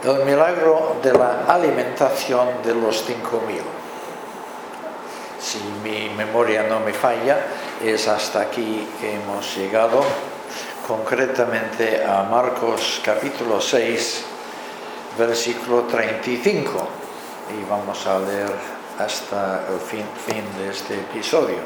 El milagro de la alimentación de los 5.000. Si mi memoria no me falla, es hasta aquí que hemos llegado, concretamente a Marcos capítulo 6, versículo 35. Y vamos a leer hasta el fin de este episodio.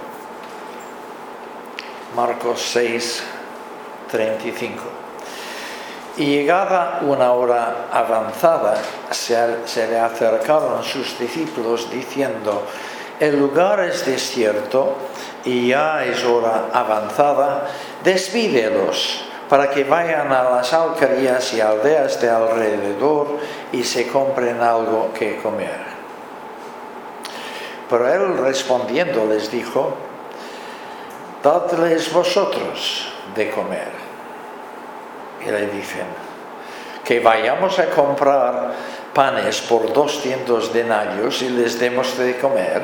Marcos 6, 35. Y llegada una hora avanzada, se le acercaron sus discípulos diciendo: el lugar es desierto y ya es hora avanzada, despídelos para que vayan a las alquerías y aldeas de alrededor y se compren algo que comer. Pero él respondiendo les dijo: dadles vosotros de comer. Y le dicen: que vayamos a comprar panes por 200 denarios y les demos de comer.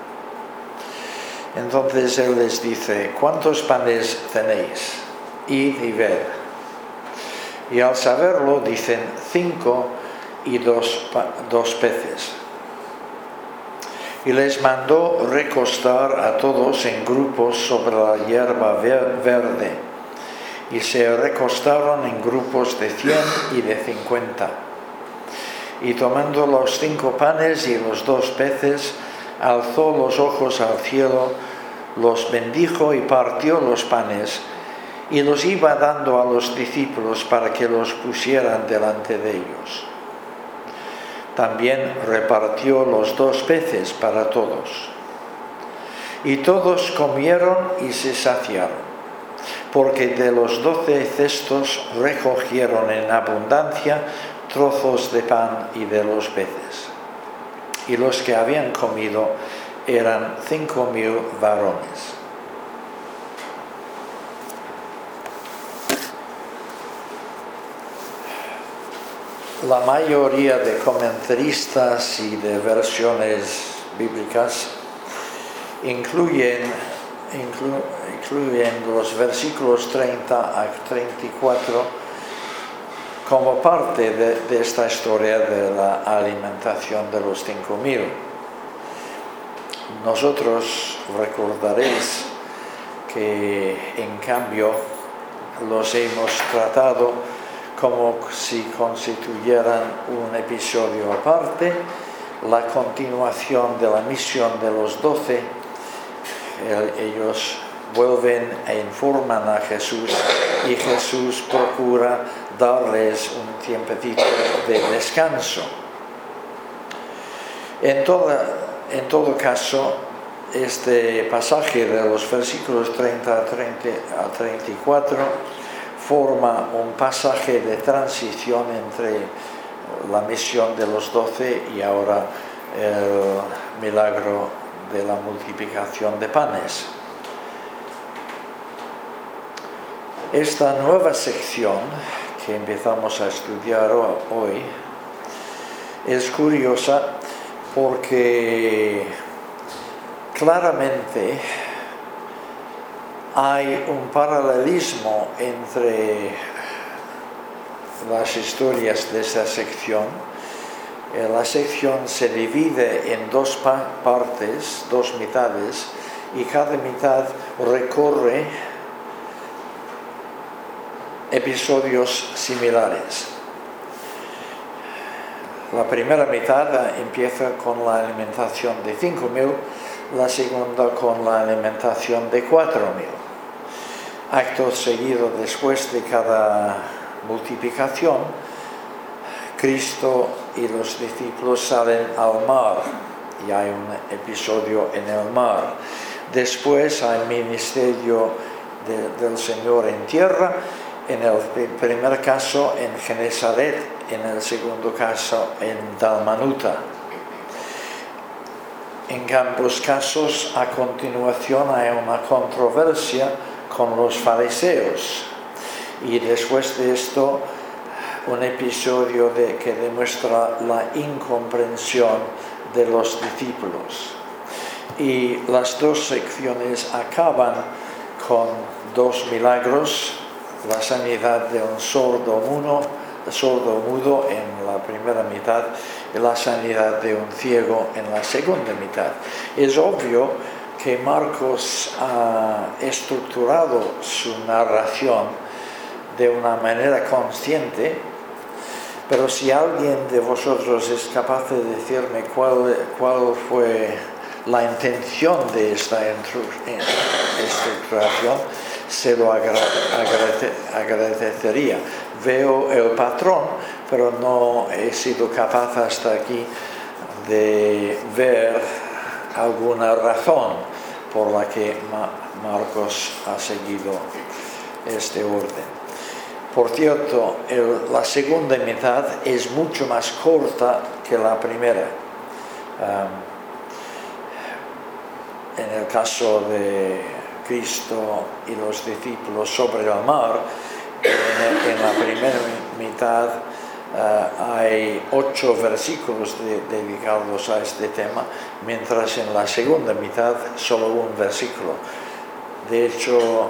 Entonces él les dice: ¿cuántos panes tenéis? Id y ved. Y al saberlo dicen: 5 y 2 peces. Y les mandó recostar a todos en grupos sobre la hierba verde. Y se recostaron en grupos de 100 y de 50. Y tomando los 5 panes y los 2 peces, alzó los ojos al cielo, los bendijo y partió los panes, y los iba dando a los discípulos para que los pusieran delante de ellos. También repartió los 2 peces para todos. Y todos comieron y se saciaron, porque de los 12 cestos recogieron en abundancia trozos de pan y de los peces. Y los que habían comido eran 5.000 varones. La mayoría de comentaristas y de versiones bíblicas incluyen los versículos 30 a 34 como parte de esta historia de la alimentación de los 5.000. Nosotros recordaréis que en cambio los hemos tratado como si constituyeran un episodio aparte, la continuación de la misión de los 12. Ellos vuelven e informan a Jesús y Jesús procura darles un tiempecito de descanso. En todo caso, este pasaje de los versículos 30 a 34 forma un pasaje de transición entre la misión de los 12 y ahora el milagro de la multiplicación de panes. Esta nueva sección que empezamos a estudiar hoy es curiosa porque claramente hay un paralelismo entre las historias de esta sección. La sección se divide en 2 partes, 2 mitades, y cada mitad recorre episodios similares. La primera mitad empieza con la alimentación de 5.000, la segunda con la alimentación de 4.000. Acto seguido, después de cada multiplicación, Cristo y los discípulos salen al mar y hay un episodio en el mar. Después hay ministerio del Señor en tierra, en el primer caso en Genesaret, en el segundo caso en Dalmanuta. En ambos casos, a continuación, hay una controversia con los fariseos. Y después de esto, un episodio que demuestra la incomprensión de los discípulos. Y las 2 secciones acaban con 2 milagros: la sanidad de un sordo mudo sordo mudo en la primera mitad y la sanidad de un ciego en la segunda mitad. Es obvio que Marcos ha estructurado su narración de una manera consciente, pero si alguien de vosotros es capaz de decirme cuál fue la intención de esta estructuración, se lo agradecería. Veo el patrón, pero no he sido capaz hasta aquí de ver alguna razón por la que Marcos ha seguido este orden. Por cierto, la segunda mitad es mucho más corta que la primera. En el caso de Cristo y los discípulos sobre el mar, en la primera mitad hay 8 versículos dedicados a este tema, mientras en la segunda mitad solo un versículo. De hecho,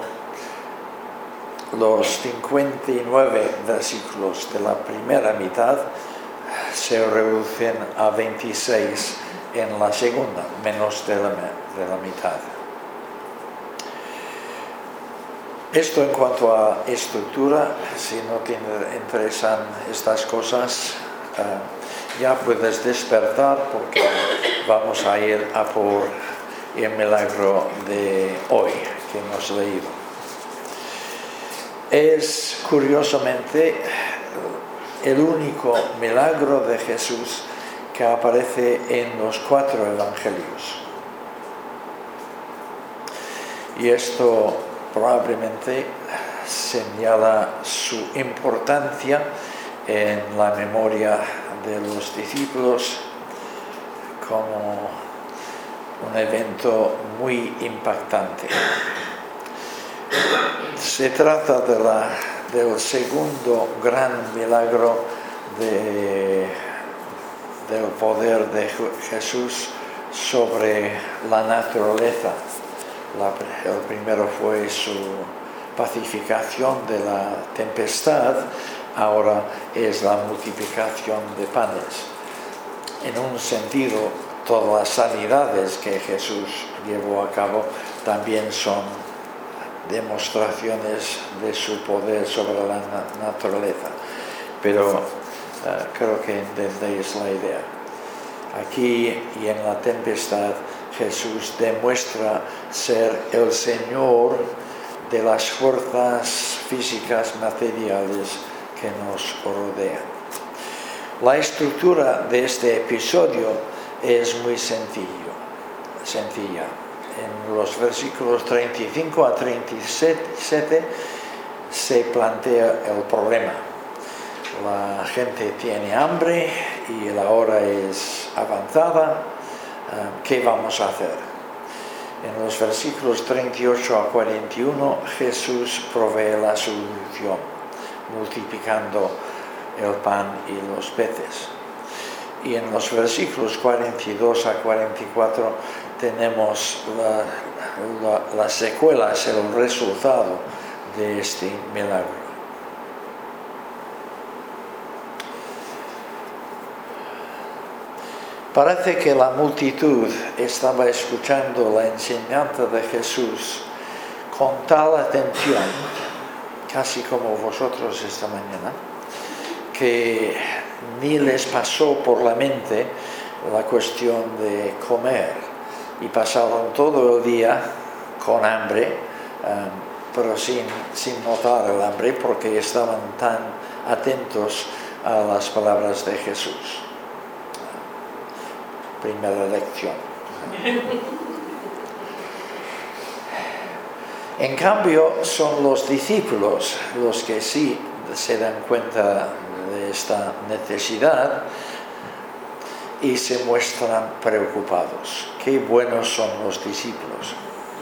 los 59 versículos de la primera mitad se reducen a 26 en la segunda, menos de la mitad. Esto en cuanto a estructura. Si no te interesan estas cosas, ya puedes despertar, porque vamos a ir a por el milagro de hoy que hemos leído. Es curiosamente el único milagro de Jesús que aparece en los 4 evangelios. Y esto probablemente señala su importancia en la memoria de los discípulos como un evento muy impactante. Se trata del segundo gran milagro del poder de Jesús sobre la naturaleza. El primero fue su pacificación de la tempestad, ahora es la multiplicación de panes. En un sentido, todas las sanidades que Jesús llevó a cabo también son demostraciones de su poder sobre la naturaleza, pero creo que entendéis la idea. Aquí y en la tempestad, Jesús demuestra ser el Señor de las fuerzas físicas materiales que nos rodean. La estructura de este episodio es muy sencilla. En los versículos 35 a 37 se plantea el problema. La gente tiene hambre y la hora es avanzada. ¿Qué vamos a hacer? En los versículos 38 a 41 Jesús provee la solución, multiplicando el pan y los peces. Y en los versículos 42 a 44 tenemos las secuelas, el resultado de este milagro. Parece que la multitud estaba escuchando la enseñanza de Jesús con tal atención, casi como vosotros esta mañana, que ni les pasó por la mente la cuestión de comer, y pasaron todo el día con hambre, pero sin notar el hambre, porque estaban tan atentos a las palabras de Jesús. Primera lección. En cambio, son los discípulos los que sí se dan cuenta de esta necesidad y se muestran preocupados. Qué buenos son los discípulos.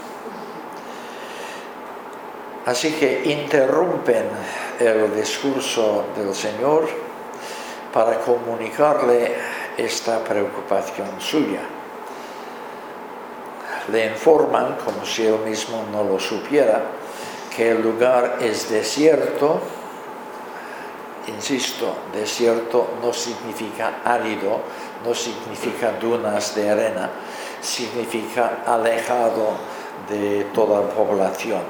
Así que interrumpen el discurso del Señor para comunicarle esta preocupación suya. Le informan, como si él mismo no lo supiera, que el lugar es desierto insisto, desierto no significa árido, no significa dunas de arena, significa alejado de toda población.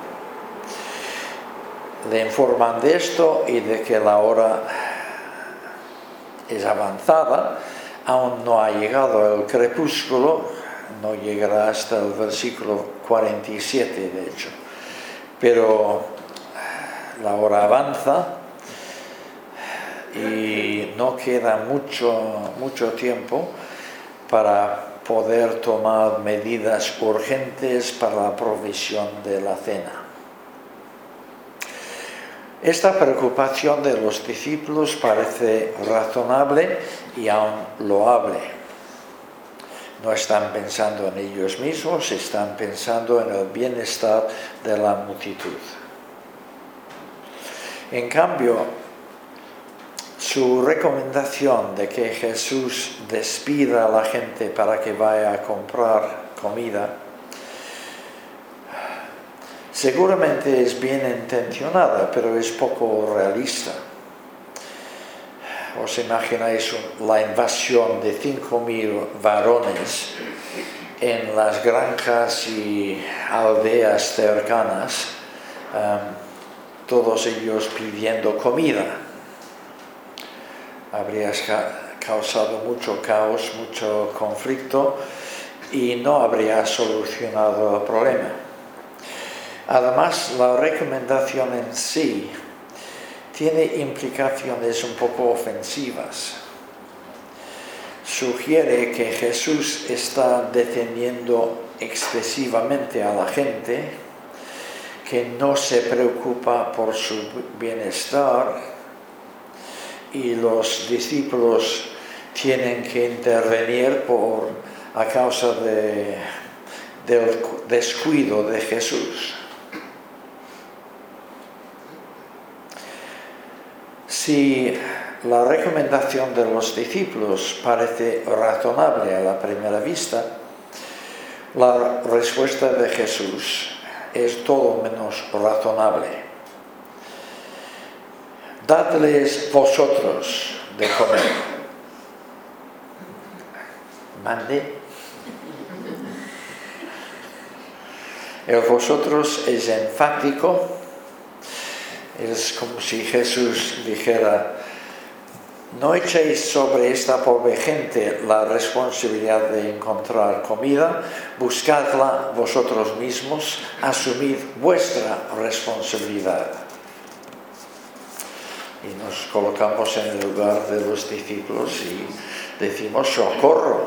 Le informan de esto y de que la hora es avanzada, aún no ha llegado el crepúsculo, no llegará hasta el versículo 47 de hecho, pero la hora avanza y no queda mucho tiempo para poder tomar medidas urgentes para la provisión de la cena. Esta preocupación de los discípulos parece razonable y aún loable. No están pensando en ellos mismos, están pensando en el bienestar de la multitud. En cambio, su recomendación de que Jesús despida a la gente para que vaya a comprar comida seguramente es bien intencionada, pero es poco realista. ¿Os imagináis la invasión de 5.000 varones en las granjas y aldeas cercanas, todos ellos pidiendo comida? Habría causado mucho caos, mucho conflicto y no habría solucionado el problema. Además, la recomendación en sí tiene implicaciones un poco ofensivas. Sugiere que Jesús está deteniendo excesivamente a la gente, que no se preocupa por su bienestar y los discípulos tienen que intervenir a causa del descuido de Jesús. Si la recomendación de los discípulos parece razonable a la primera vista, la respuesta de Jesús es todo menos razonable. Dadles vosotros de comer. Mande. El vosotros es enfático. Es como si Jesús dijera: no echéis sobre esta pobre gente la responsabilidad de encontrar comida, buscadla vosotros mismos, asumid vuestra responsabilidad. Y nos colocamos en el lugar de los discípulos y decimos: socorro.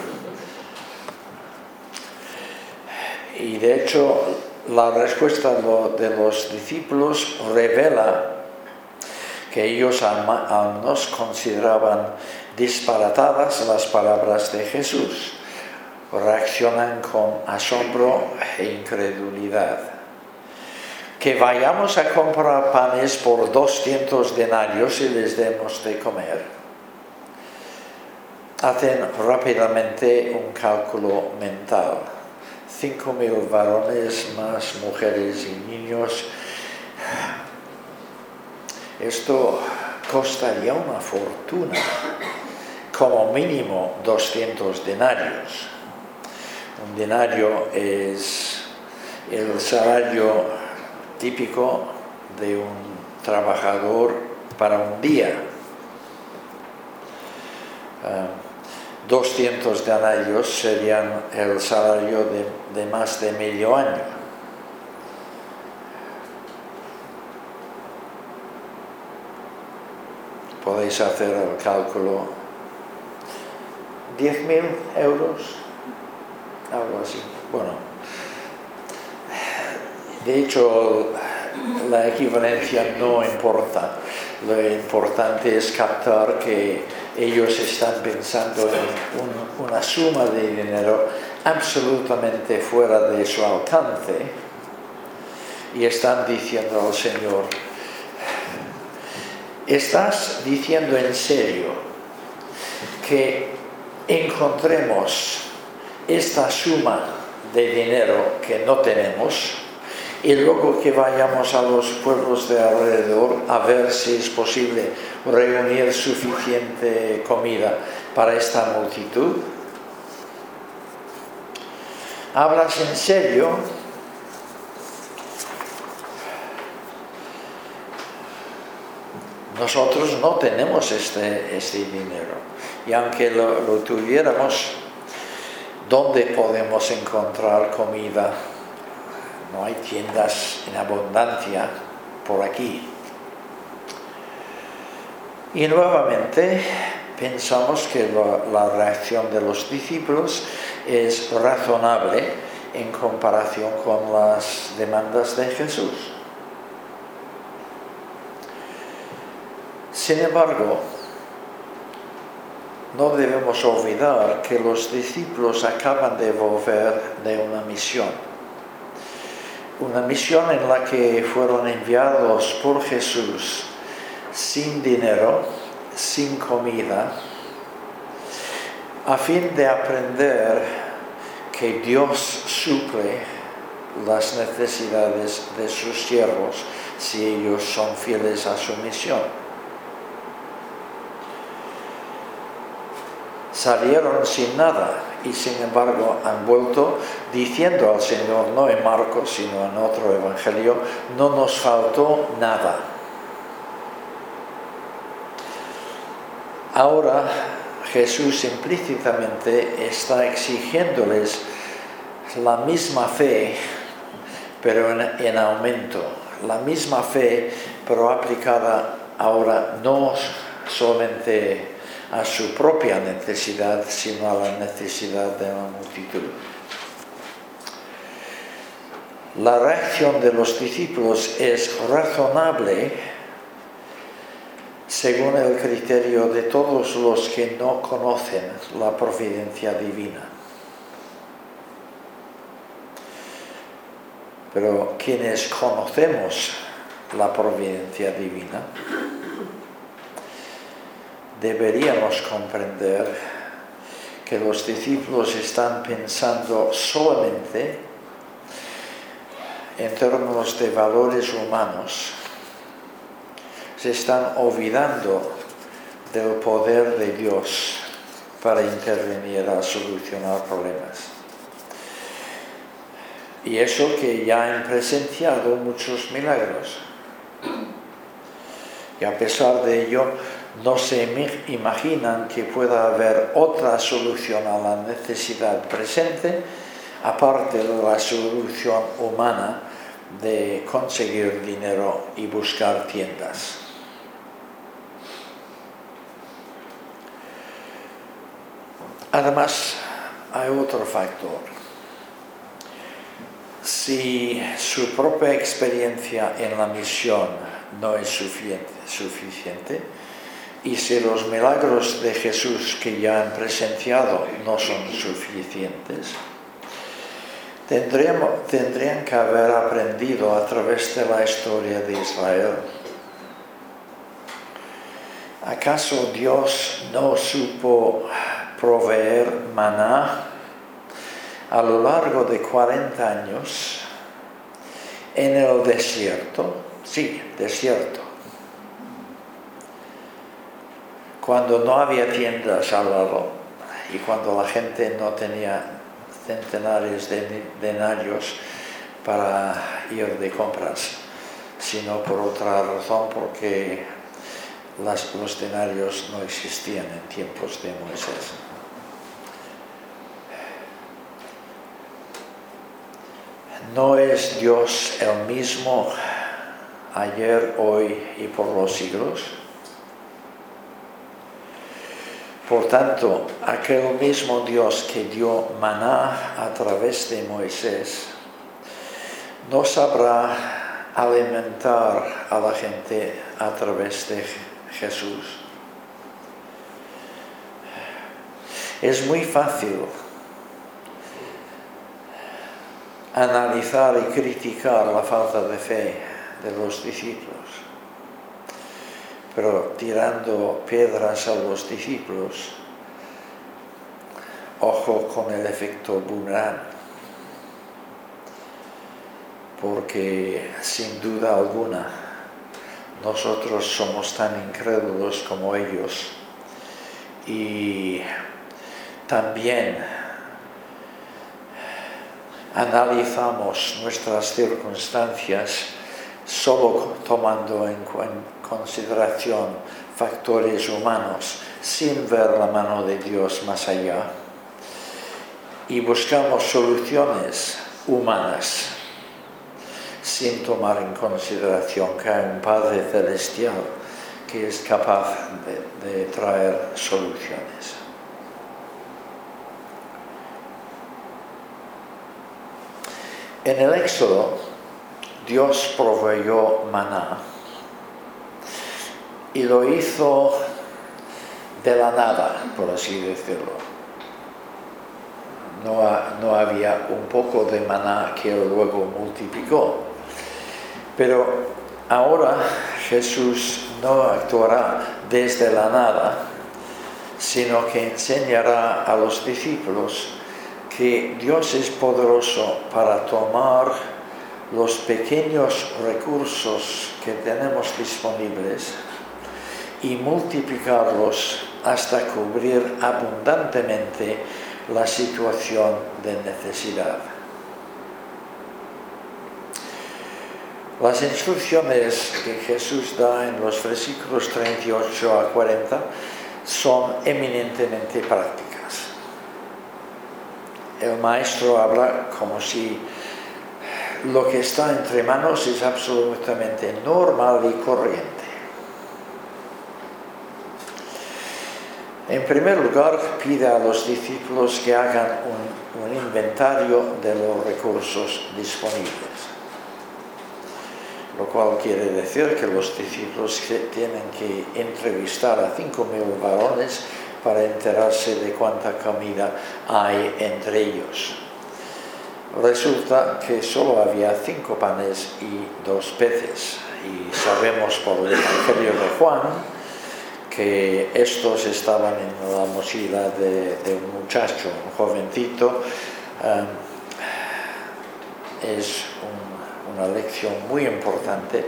Y de hecho, la respuesta de los discípulos revela que ellos al menos consideraban disparatadas las palabras de Jesús. Reaccionan con asombro e incredulidad. Que vayamos a comprar panes por 200 denarios y les demos de comer. Hacen rápidamente un cálculo mental. 5.000 varones más mujeres y niños. Esto costaría una fortuna, como mínimo 200 denarios. Un denario es el salario típico de un trabajador para un día. 200 denarios serían el salario de más de medio año. Podéis hacer el cálculo. 10.000 euros, algo así. Bueno, de hecho, la equivalencia no importa. Lo importante es captar que ellos están pensando en una suma de dinero absolutamente fuera de su alcance y están diciendo al Señor: ¿estás diciendo en serio que encontremos esta suma de dinero que no tenemos y luego que vayamos a los pueblos de alrededor a ver si es posible reunir suficiente comida para esta multitud. ¿Hablas en serio? Nosotros no tenemos este dinero, y aunque lo tuviéramos, ¿dónde podemos encontrar comida? No hay tiendas en abundancia por aquí. Y nuevamente pensamos que la reacción de los discípulos es razonable en comparación con las demandas de Jesús. Sin embargo, no debemos olvidar que los discípulos acaban de volver de una misión en la que fueron enviados por Jesús sin dinero, sin comida, a fin de aprender que Dios suple las necesidades de sus siervos si ellos son fieles a su misión. Salieron sin nada y sin embargo han vuelto diciendo al Señor, no en Marcos sino en otro evangelio, no nos faltó nada. Ahora Jesús implícitamente está exigiéndoles la misma fe, pero en aumento. La misma fe, pero aplicada ahora no solamente a su propia necesidad, sino a la necesidad de la multitud. La reacción de los discípulos es razonable según el criterio de todos los que no conocen la providencia divina. Pero quienes conocemos la providencia divina, deberíamos comprender que los discípulos están pensando solamente en términos de valores humanos. Se están olvidando del poder de Dios para intervenir a solucionar problemas. Y eso que ya han presenciado muchos milagros. Y a pesar de ello, no se imaginan que pueda haber otra solución a la necesidad presente, aparte de la solución humana de conseguir dinero y buscar tiendas. Además, hay otro factor. Si su propia experiencia en la misión no es suficiente, y si los milagros de Jesús que ya han presenciado no son suficientes, tendrían que haber aprendido a través de la historia de Israel. ¿Acaso Dios no supo proveer maná a lo largo de 40 años en el desierto? Sí, desierto. Cuando no había tiendas al lado y cuando la gente no tenía centenares de denarios para ir de compras, sino por otra razón, porque los denarios no existían en tiempos de Moisés. ¿No es Dios el mismo ayer, hoy y por los siglos? Por tanto, aquel mismo Dios que dio maná a través de Moisés, no sabrá alimentar a la gente a través de Jesús. Es muy fácil analizar y criticar la falta de fe de los discípulos, pero tirando piedras a los discípulos, ojo con el efecto boomerang, porque sin duda alguna nosotros somos tan incrédulos como ellos y también analizamos nuestras circunstancias solo tomando en consideración factores humanos sin ver la mano de Dios más allá y buscamos soluciones humanas sin tomar en consideración que hay un Padre Celestial que es capaz de traer soluciones. En el Éxodo, Dios proveyó maná y lo hizo de la nada, por así decirlo. No había un poco de maná que luego multiplicó. Pero ahora Jesús no actuará desde la nada, sino que enseñará a los discípulos que Dios es poderoso para tomar los pequeños recursos que tenemos disponibles y multiplicarlos hasta cubrir abundantemente la situación de necesidad. Las instrucciones que Jesús da en los versículos 38 a 40 son eminentemente prácticas. El maestro habla como si lo que está entre manos es absolutamente normal y corriente. En primer lugar, pide a los discípulos que hagan un inventario de los recursos disponibles, lo cual quiere decir que los discípulos tienen que entrevistar a 5.000 varones para enterarse de cuánta comida hay entre ellos. Resulta que solo había 5 panes y 2 peces, y sabemos por el Evangelio de Juan que estos estaban en la mochila de un muchacho, un jovencito. Es una lección muy importante.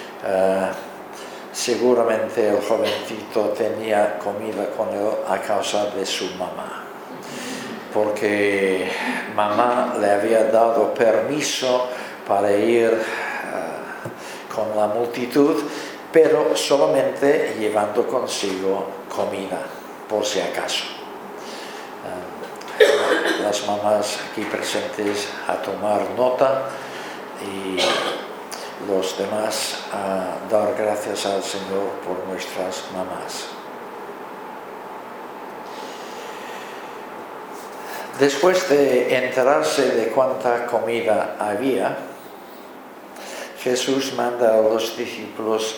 Seguramente el jovencito tenía comida con él a causa de su mamá, porque mamá le había dado permiso para ir con la multitud, pero solamente llevando consigo comida, por si acaso. Las mamás aquí presentes a tomar nota y los demás a dar gracias al Señor por nuestras mamás. Después de enterarse de cuánta comida había, Jesús manda a los discípulos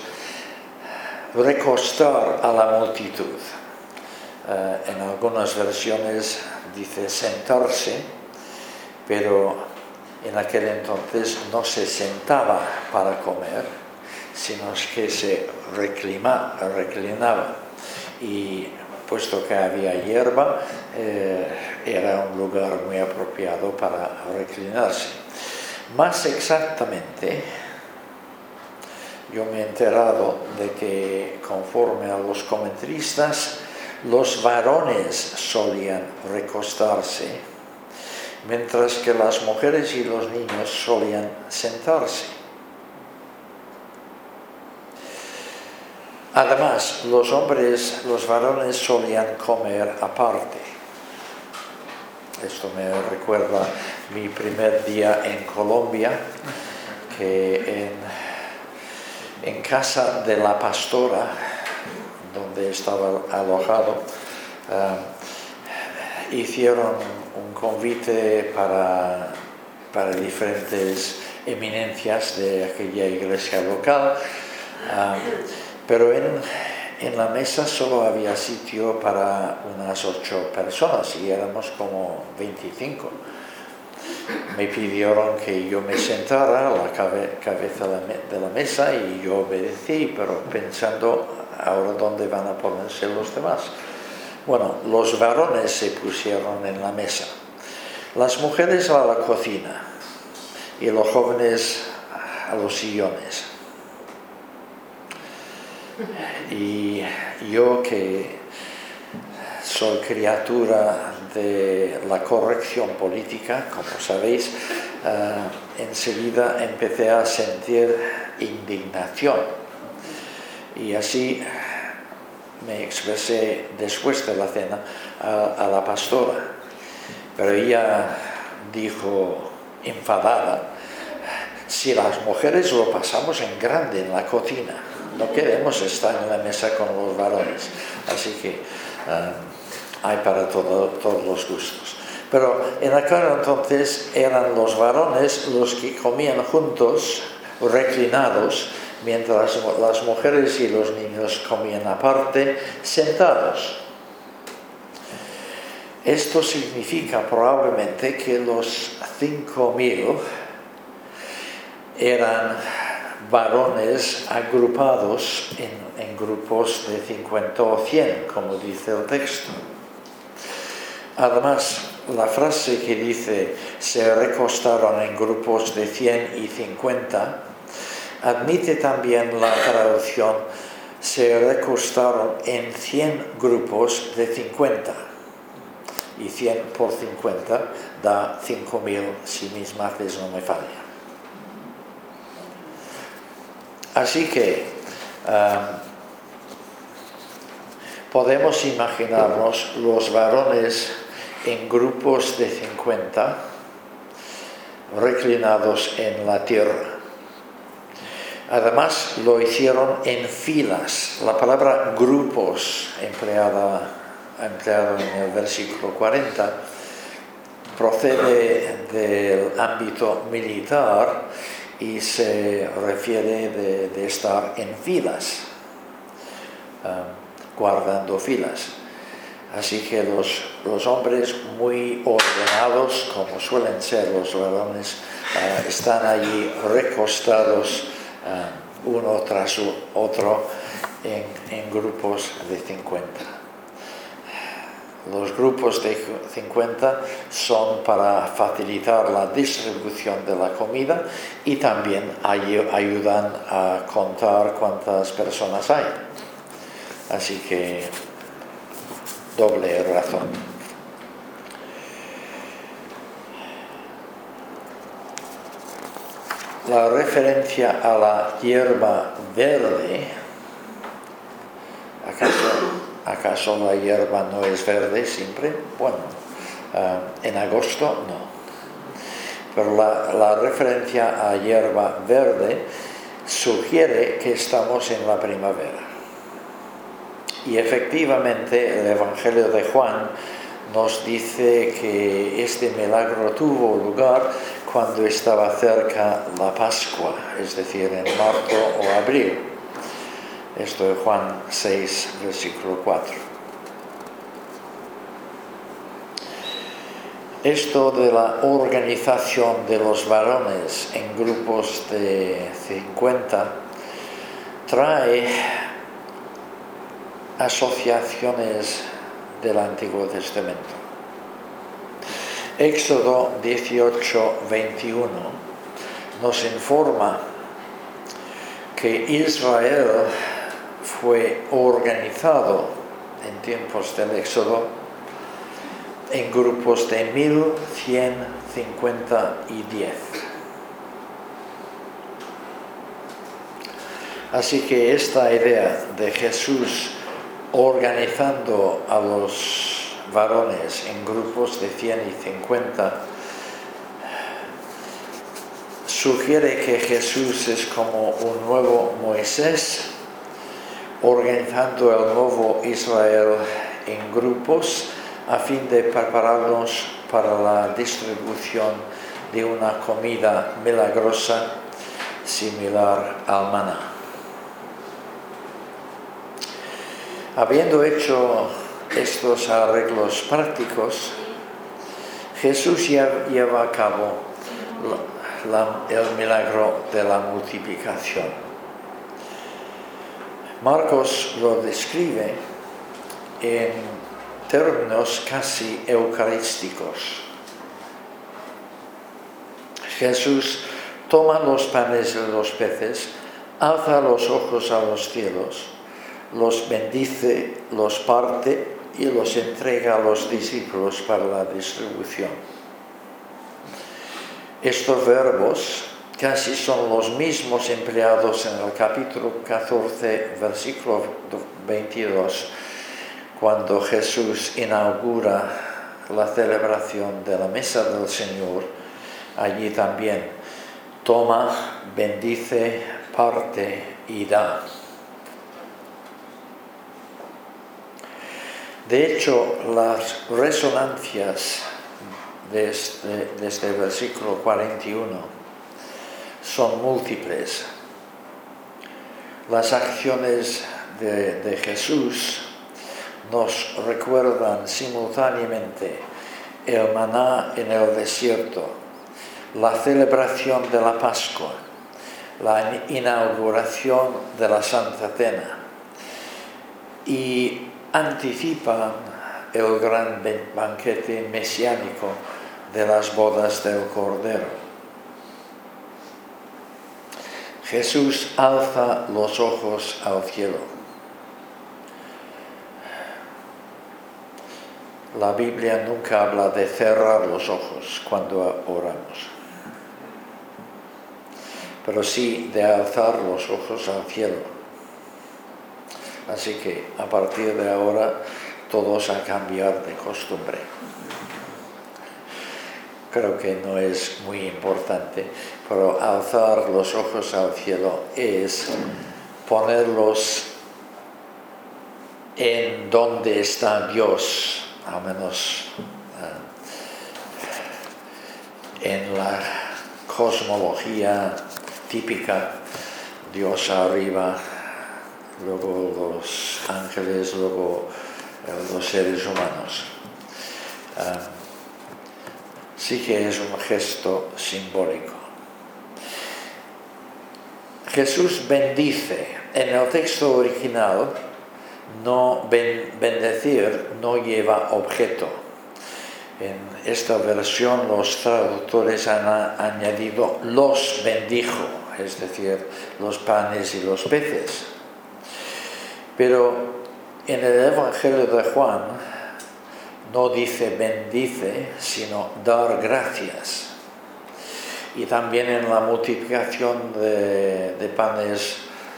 recostar a la multitud. En algunas versiones dice sentarse, pero en aquel entonces no se sentaba para comer, sino que se reclinaba. Y puesto que había hierba, era un lugar muy apropiado para reclinarse. Más exactamente, yo me he enterado de que, conforme a los comentaristas, los varones solían recostarse, mientras que las mujeres y los niños solían sentarse. Además, los varones solían comer aparte. Esto me recuerda mi primer día en Colombia, que en casa de la pastora, donde estaba alojado, hicieron un convite para diferentes eminencias de aquella iglesia local, pero en la mesa solo había sitio para unas 8 personas y éramos como 25. Me pidieron que yo me sentara a la cabeza de la mesa y yo obedecí, pero pensando, ¿ahora dónde van a ponerse los demás? Bueno, los varones se pusieron en la mesa, las mujeres a la cocina y los jóvenes a los sillones. Y yo, que soy criatura de la corrección política, como sabéis, enseguida empecé a sentir indignación. Y así me expresé después de la cena a la pastora. Pero ella dijo, enfadada, si las mujeres lo pasamos en grande en la cocina, no queremos estar en la mesa con los varones. Así que hay para todos los gustos. Pero en aquel entonces eran los varones los que comían juntos, reclinados, mientras las mujeres y los niños comían aparte, sentados. Esto significa probablemente que los 5.000 eran varones agrupados en grupos de 50 o 100, como dice el texto. Además, la frase que dice se recostaron en grupos de 100 y 50 admite también la traducción se recostaron en 100 grupos de 50. Y 100 por 50 da 5.000, si mis mates no me fallan. Así que podemos imaginarnos los varones en grupos de 50 reclinados en la tierra. Además lo hicieron en filas. La palabra grupos empleada en el versículo 40 procede del ámbito militar y se refiere de estar en filas, guardando filas. Así que los hombres muy ordenados, como suelen ser los varones, están allí recostados uno tras otro en grupos de 50. Los grupos de 50 son para facilitar la distribución de la comida y también ayudan a contar cuántas personas hay. Así que doble razón. La referencia a la hierba verde, ¿acaso la hierba no es verde siempre? Bueno, en agosto no. Pero la referencia a hierba verde sugiere que estamos en la primavera. Y efectivamente el Evangelio de Juan nos dice que este milagro tuvo lugar cuando estaba cerca la Pascua, es decir, en marzo o abril. Esto es Juan 6, versículo 4. Esto de la organización de los varones en grupos de 50 trae asociaciones del Antiguo Testamento. Éxodo 18:21 nos informa que Israel fue organizado en tiempos del Éxodo en grupos de 1.000, 100, 50 y 10. Así que esta idea de Jesús organizando a los varones en grupos de 100 y 50 sugiere que Jesús es como un nuevo Moisés organizando el nuevo Israel en grupos a fin de prepararnos para la distribución de una comida milagrosa similar al maná. Habiendo hecho estos arreglos prácticos, Jesús lleva a cabo el milagro de la multiplicación. Marcos lo describe en términos casi eucarísticos. Jesús toma los panes y los peces, alza los ojos a los cielos, los bendice, los parte y los entrega a los discípulos para la distribución. Estos verbos casi son los mismos empleados en el capítulo 14, versículo 22, cuando Jesús inaugura la celebración de la mesa del Señor. Allí también toma, bendice, parte y da. De hecho, las resonancias de este versículo 41 son múltiples. Las acciones de Jesús nos recuerdan simultáneamente el maná en el desierto, la celebración de la Pascua, la inauguración de la Santa Cena, y anticipan el gran banquete mesiánico de las bodas del Cordero. Jesús alza los ojos al cielo. La Biblia nunca habla de cerrar los ojos cuando oramos, pero sí de alzar los ojos al cielo. Así que a partir de ahora todos a cambiar de costumbre. Creo que no es muy importante, pero alzar los ojos al cielo es ponerlos en donde está Dios, al menos en la cosmología típica, Dios arriba, luego los ángeles, luego los seres humanos. Sí que es un gesto simbólico. Jesús bendice. En el texto original, bendecir no lleva objeto. En esta versión los traductores han añadido los bendijo, es decir, los panes y los peces. Pero en el Evangelio de Juan no dice bendice, sino dar gracias. Y también en la multiplicación de panes,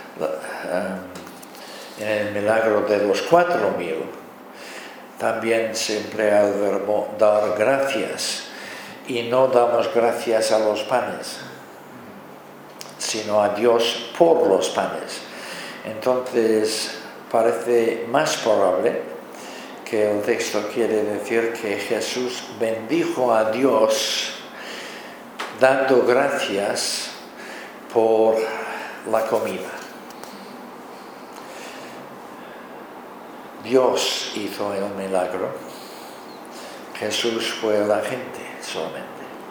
en el milagro de los 4.000, también se emplea el verbo dar gracias. Y no damos gracias a los panes, sino a Dios por los panes. Entonces, parece más probable que el texto quiere decir que Jesús bendijo a Dios dando gracias por la comida. Dios hizo el milagro, Jesús fue el agente solamente.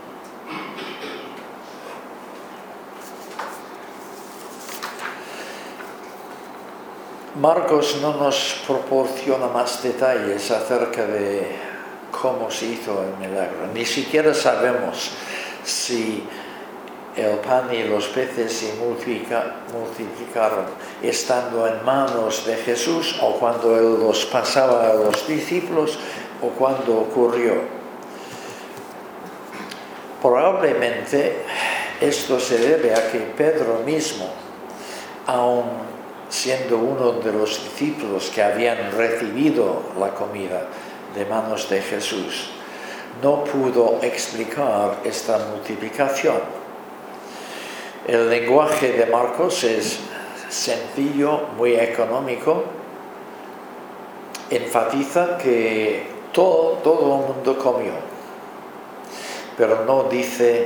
Marcos no nos proporciona más detalles acerca de cómo se hizo el milagro. Ni siquiera sabemos si el pan y los peces se multiplicaron estando en manos de Jesús o cuando Él los pasaba a los discípulos o cuando ocurrió. Probablemente esto se debe a que Pedro mismo, aun siendo uno de los discípulos que habían recibido la comida de manos de Jesús, no pudo explicar esta multiplicación. El lenguaje de Marcos es sencillo, muy económico, enfatiza que todo el mundo comió, pero no dice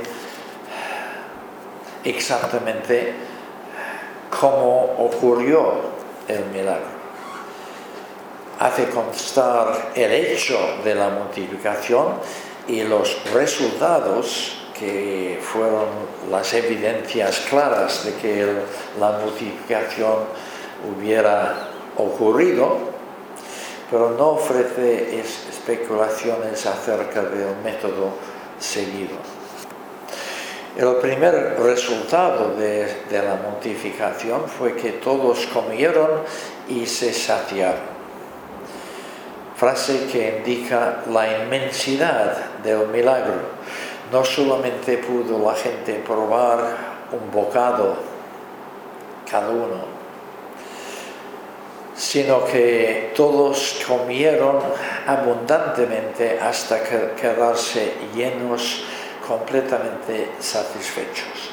exactamente cómo ocurrió el milagro. Hace constar el hecho de la multiplicación y los resultados, que fueron las evidencias claras de que la multiplicación hubiera ocurrido, pero no ofrece especulaciones acerca del método seguido. El primer resultado de la mortificación fue que todos comieron y se saciaron. Frase que indica la inmensidad del milagro. No solamente pudo la gente probar un bocado cada uno, sino que todos comieron abundantemente hasta quedarse llenos, completamente satisfechos.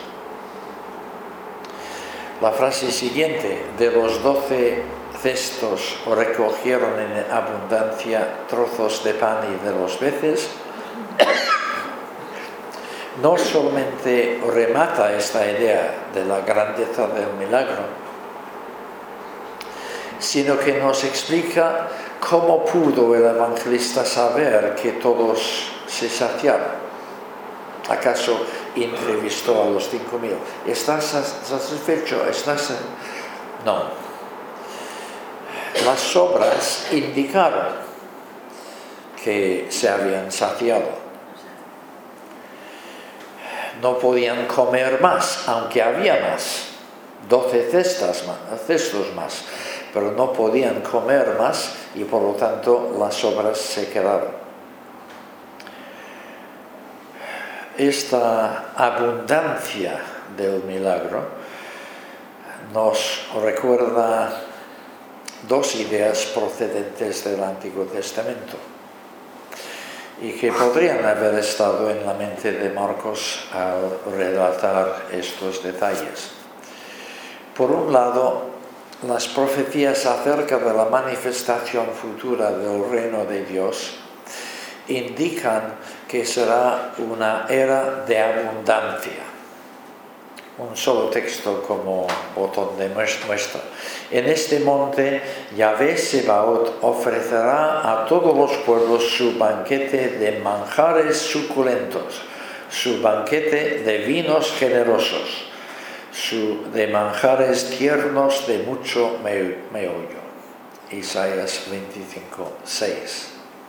La frase siguiente: de los 12 cestos recogieron en abundancia trozos de pan y de los peces, no solamente remata esta idea de la grandeza del milagro, sino que nos explica cómo pudo el evangelista saber que todos se saciaron. ¿Acaso entrevistó a los 5.000? ¿Estás satisfecho? No. Las obras indicaron que se habían saciado. No podían comer más, aunque había más, 12 cestos más, pero no podían comer más y por lo tanto las obras se quedaron. Esta abundancia del milagro nos recuerda dos ideas procedentes del Antiguo Testamento y que podrían haber estado en la mente de Marcos al relatar estos detalles. Por un lado, las profecías acerca de la manifestación futura del reino de Dios indican que será una era de abundancia. Un solo texto como botón de muestra. En este monte, Yahvé Sebaot ofrecerá a todos los pueblos su banquete de manjares suculentos, su banquete de vinos generosos, de manjares tiernos de mucho meollo. Isaías 25:6.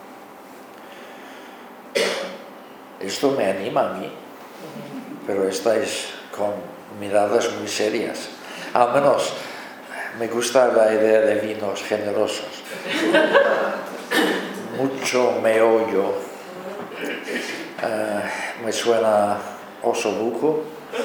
Esto me anima a mí, pero estáis con miradas muy serias. Al menos me gusta la idea de vinos generosos. Mucho meollo. Me suena osobuco.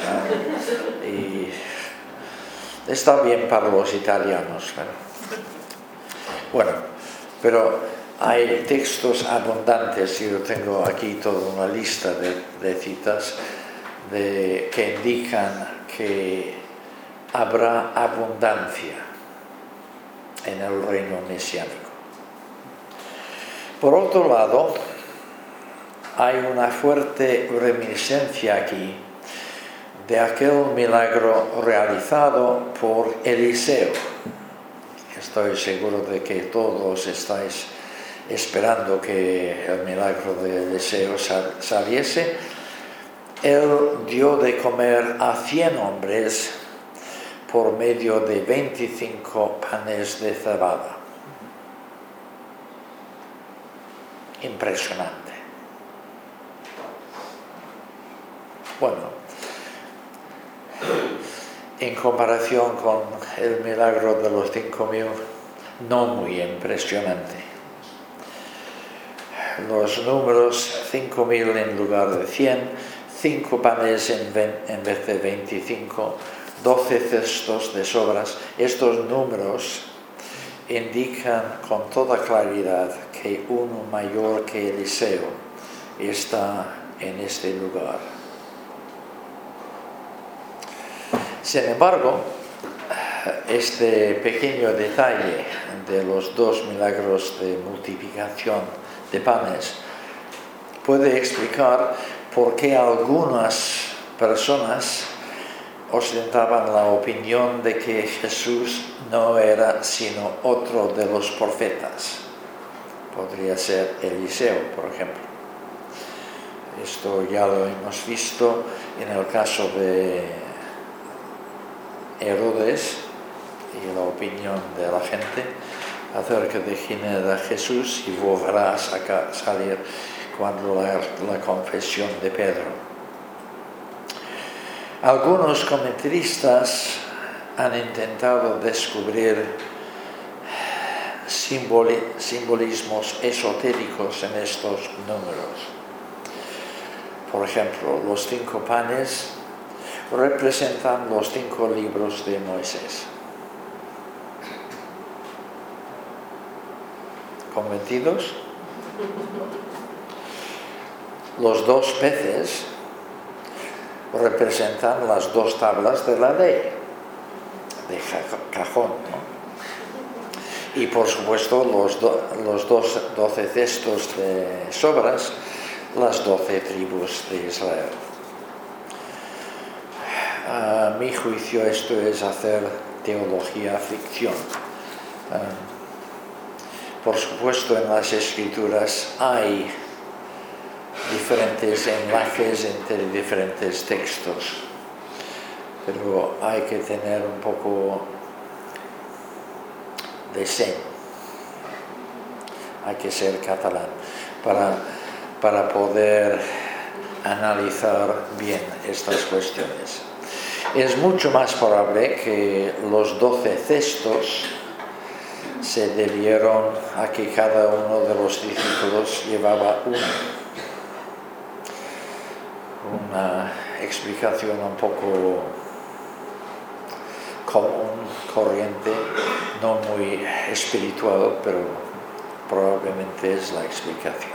Y está bien para los italianos. Bueno, pero hay textos abundantes, y yo tengo aquí toda una lista de citas que indican que habrá abundancia en el reino mesiánico. Por otro lado, hay una fuerte reminiscencia aquí de aquel milagro realizado por Eliseo. Estoy seguro de que todos estáis esperando que el milagro de Eliseo saliese. Él dio de comer a 100 hombres por medio de 25 panes de cebada. Impresionante. Bueno, en comparación con el milagro de los 5.000, no muy impresionante. Los números 5.000 en lugar de 100, 5 panes en vez de 25, 12 cestos de sobras. Estos números indican con toda claridad que uno mayor que Eliseo está en este lugar. Sin embargo, este pequeño detalle de los 2 milagros de multiplicación de panes puede explicar por qué algunas personas ostentaban la opinión de que Jesús no era sino otro de los profetas. Podría ser Eliseo, por ejemplo. Esto ya lo hemos visto en el caso de Herodes y la opinión de la gente acerca de quién era Jesús, y volverá a salir cuando la confesión de Pedro. Algunos comentaristas han intentado descubrir simbolismos esotéricos en estos números. Por ejemplo, los 5 panes representan los 5 libros de Moisés. ¿Convencidos? Los 2 peces representan las 2 tablas de la ley, de cajón, ¿no? Y por supuesto los 12 cestos de sobras, las 12 tribus de Israel. A mi juicio esto es hacer teología ficción. Por supuesto en las escrituras hay diferentes enlaces entre diferentes textos, pero hay que tener un poco de sen, hay que ser catalán para poder analizar bien estas cuestiones. Es mucho más probable que los 12 cestos se debieron a que cada uno de los discípulos llevaba una explicación un poco común, corriente, no muy espiritual, pero probablemente es la explicación.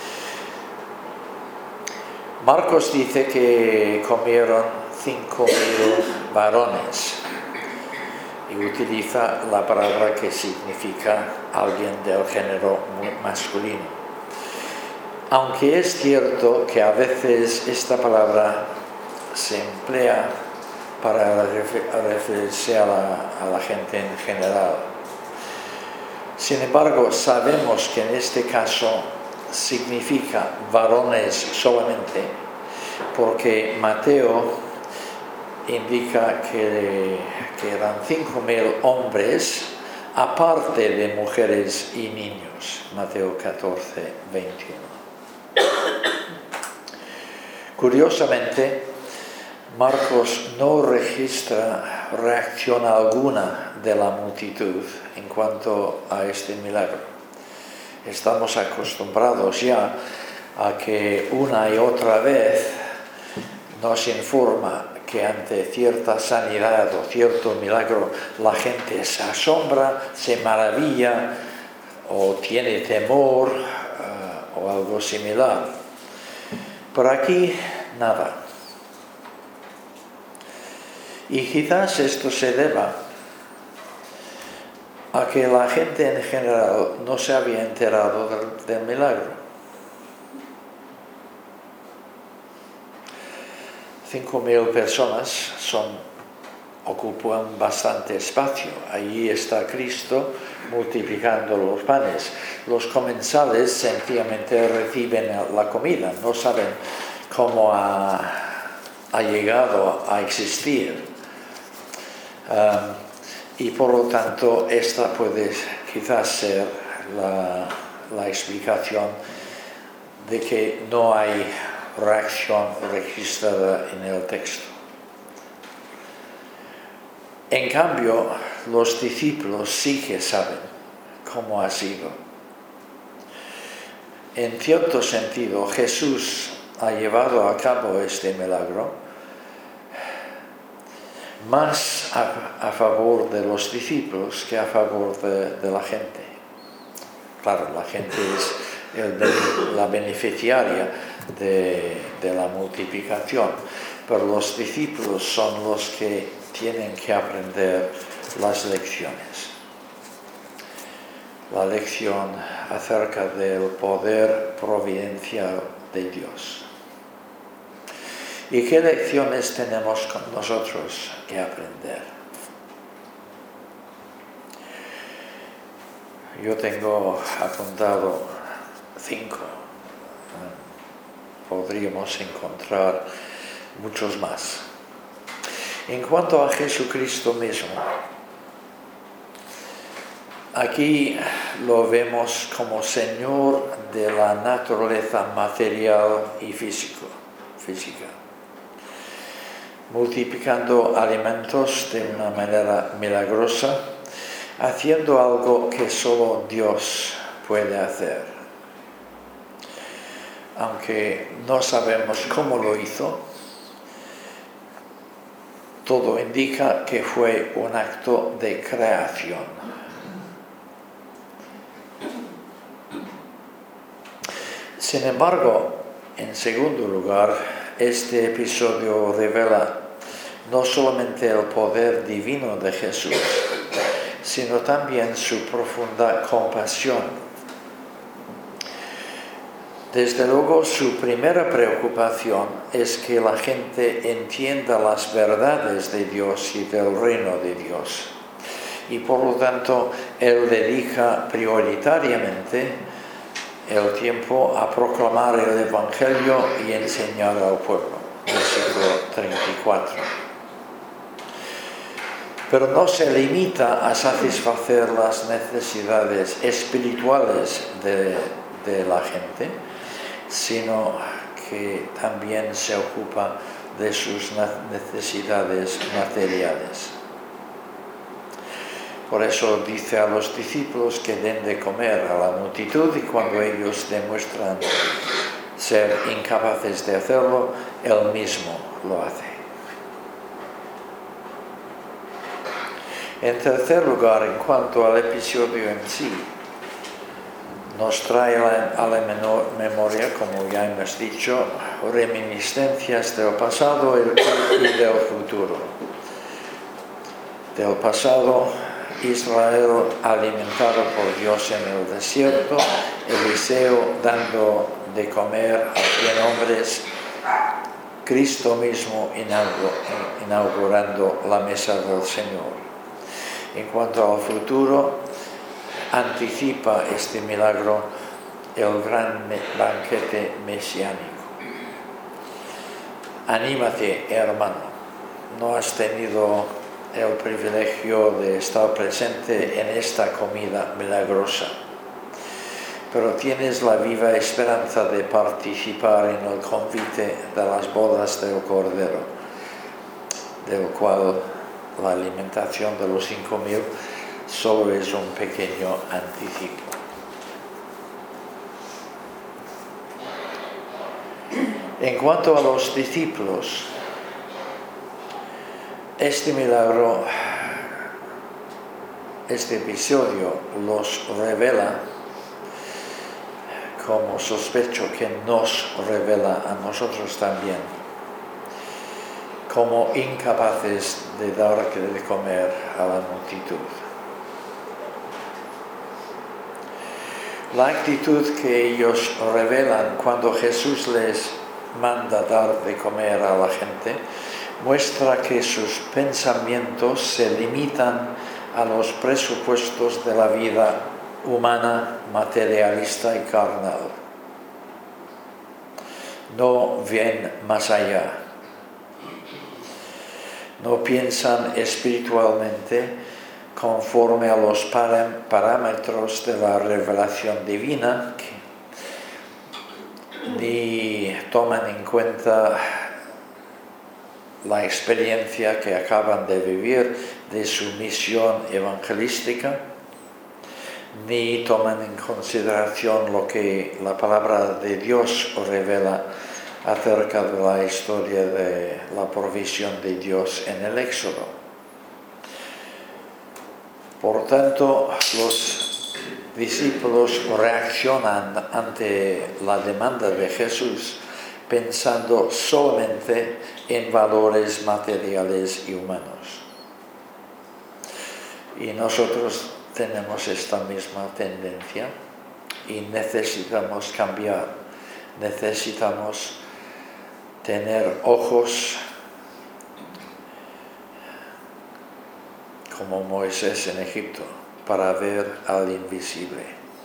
Marcos dice que comieron 5.000 varones y utiliza la palabra que significa alguien del género masculino. Aunque es cierto que a veces esta palabra se emplea para referirse a la gente en general. Sin embargo, sabemos que en este caso significa varones solamente, porque Mateo indica que eran 5.000 hombres, aparte de mujeres y niños. Mateo 14, 21. Curiosamente, Marcos no registra reacción alguna de la multitud en cuanto a este milagro. Estamos acostumbrados ya a que una y otra vez nos informa que ante cierta sanidad o cierto milagro la gente se asombra, se maravilla o tiene temor o algo similar. Por aquí nada. Y quizás esto se deba a que la gente en general no se había enterado del milagro. 5.000 personas ocupan bastante espacio. Allí está Cristo multiplicando los panes. Los comensales sencillamente reciben la comida, no saben cómo ha llegado a existir. Y por lo tanto esta puede quizás ser la explicación de que no hay reacción registrada en el texto. En cambio, los discípulos sí que saben cómo ha sido. En cierto sentido, Jesús ha llevado a cabo este milagro más a favor de los discípulos que a favor de la gente. Claro, la gente es la beneficiaria de la multiplicación, pero los discípulos son los que tienen que aprender las lecciones. La lección acerca del poder providencial de Dios. ¿Y qué lecciones tenemos nosotros que aprender? Yo tengo apuntado 5. Podríamos encontrar muchos más. En cuanto a Jesucristo mismo, aquí lo vemos como Señor de la naturaleza material y física. multiplicando alimentos de una manera milagrosa, haciendo algo que solo Dios puede hacer. Aunque no sabemos cómo lo hizo, todo indica que fue un acto de creación. Sin embargo, en segundo lugar, este episodio revela no solamente el poder divino de Jesús, sino también su profunda compasión. Desde luego, su primera preocupación es que la gente entienda las verdades de Dios y del reino de Dios. Y por lo tanto, Él dedica prioritariamente el tiempo a proclamar el Evangelio y enseñar al pueblo. Versículo 34. Pero no se limita a satisfacer las necesidades espirituales de la gente, sino que también se ocupa de sus necesidades materiales. Por eso dice a los discípulos que den de comer a la multitud, y cuando ellos demuestran ser incapaces de hacerlo, Él mismo lo hace. En tercer lugar, en cuanto al episodio en sí, nos trae a la memoria, como ya hemos dicho, reminiscencias del pasado y del futuro. Del pasado, Israel alimentado por Dios en el desierto, Eliseo dando de comer a 100 hombres, Cristo mismo inaugurando la mesa del Señor. En cuanto al futuro, anticipa este milagro el gran banquete mesiánico. Anímate, hermano, no has tenido el privilegio de estar presente en esta comida milagrosa, pero tienes la viva esperanza de participar en el convite de las bodas del Cordero, del cual la alimentación de los 5.000 solo es un pequeño anticipo. En cuanto a los discípulos, este milagro, este episodio los revela, como sospecho que nos revela a nosotros también, como incapaces de dar de comer a la multitud. La actitud que ellos revelan cuando Jesús les manda dar de comer a la gente muestra que sus pensamientos se limitan a los presupuestos de la vida humana, materialista y carnal. No ven más allá. No piensan espiritualmente conforme a los parámetros de la revelación divina, ni toman en cuenta la experiencia que acaban de vivir de su misión evangelística, ni toman en consideración lo que la palabra de Dios revela acerca de la historia de la provisión de Dios en el Éxodo. Por tanto, los discípulos reaccionan ante la demanda de Jesús pensando solamente en valores materiales y humanos. Y nosotros tenemos esta misma tendencia y necesitamos cambiar, necesitamos tener ojos como Moisés en Egipto, para ver al invisible.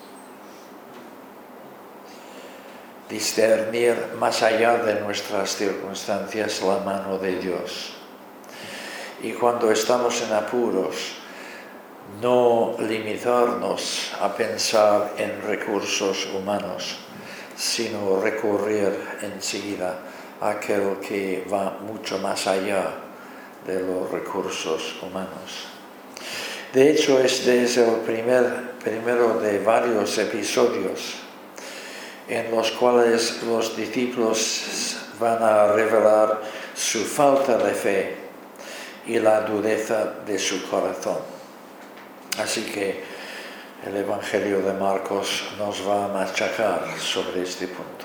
Discernir más allá de nuestras circunstancias la mano de Dios. Y cuando estamos en apuros, no limitarnos a pensar en recursos humanos, sino recurrir enseguida aquel que va mucho más allá de los recursos humanos. De hecho, este es el primero de varios episodios en los cuales los discípulos van a revelar su falta de fe y la dureza de su corazón. Así que el Evangelio de Marcos nos va a machacar sobre este punto.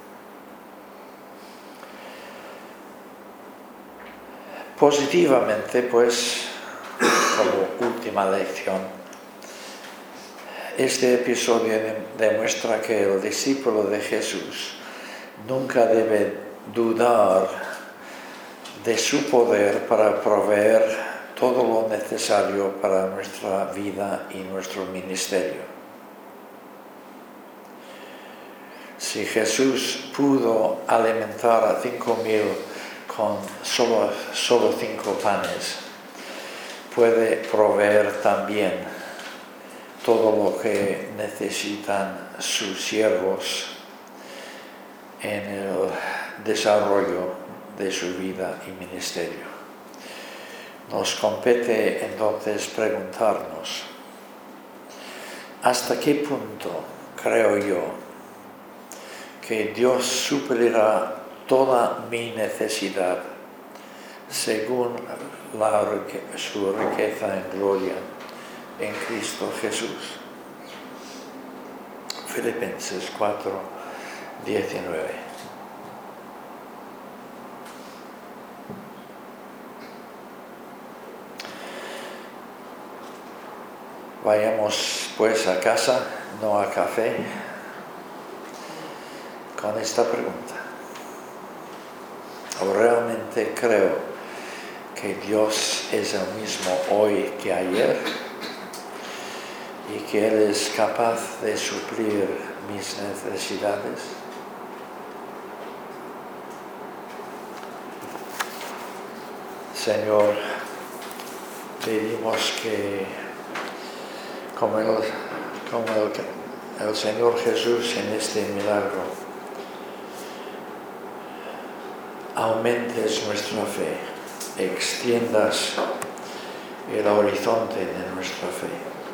Positivamente, pues, como última lección, este episodio demuestra que el discípulo de Jesús nunca debe dudar de su poder para proveer todo lo necesario para nuestra vida y nuestro ministerio. Si Jesús pudo alimentar a 5.000 con solo 5 panes, puede proveer también todo lo que necesitan sus siervos en el desarrollo de su vida y ministerio. Nos compete entonces preguntarnos, ¿hasta qué punto creo yo que Dios suplirá toda mi necesidad según su riqueza en gloria en Cristo Jesús? Filipenses 4:19. Vayamos pues a casa, no a café, con esta pregunta. ¿O realmente creo que Dios es el mismo hoy que ayer y que Él es capaz de suplir mis necesidades? Señor, pedimos que como el Señor Jesús en este milagro, aumentes nuestra fe, extiendas el horizonte de nuestra fe,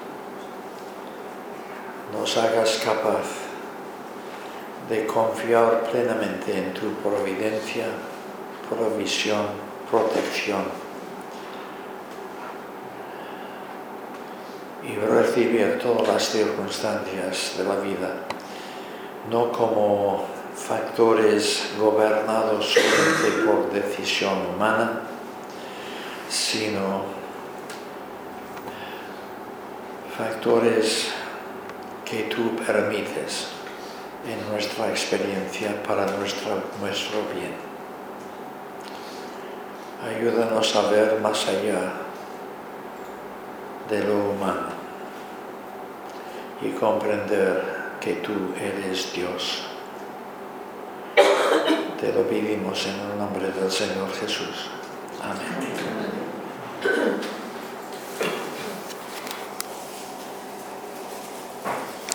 nos hagas capaz de confiar plenamente en tu providencia, provisión, protección, y recibir todas las circunstancias de la vida, no como factores gobernados solamente por decisión humana, sino factores que tú permites en nuestra experiencia para nuestro bien. Ayúdanos a ver más allá de lo humano y comprender que tú eres Dios. Te lo pedimos en el nombre del Señor Jesús.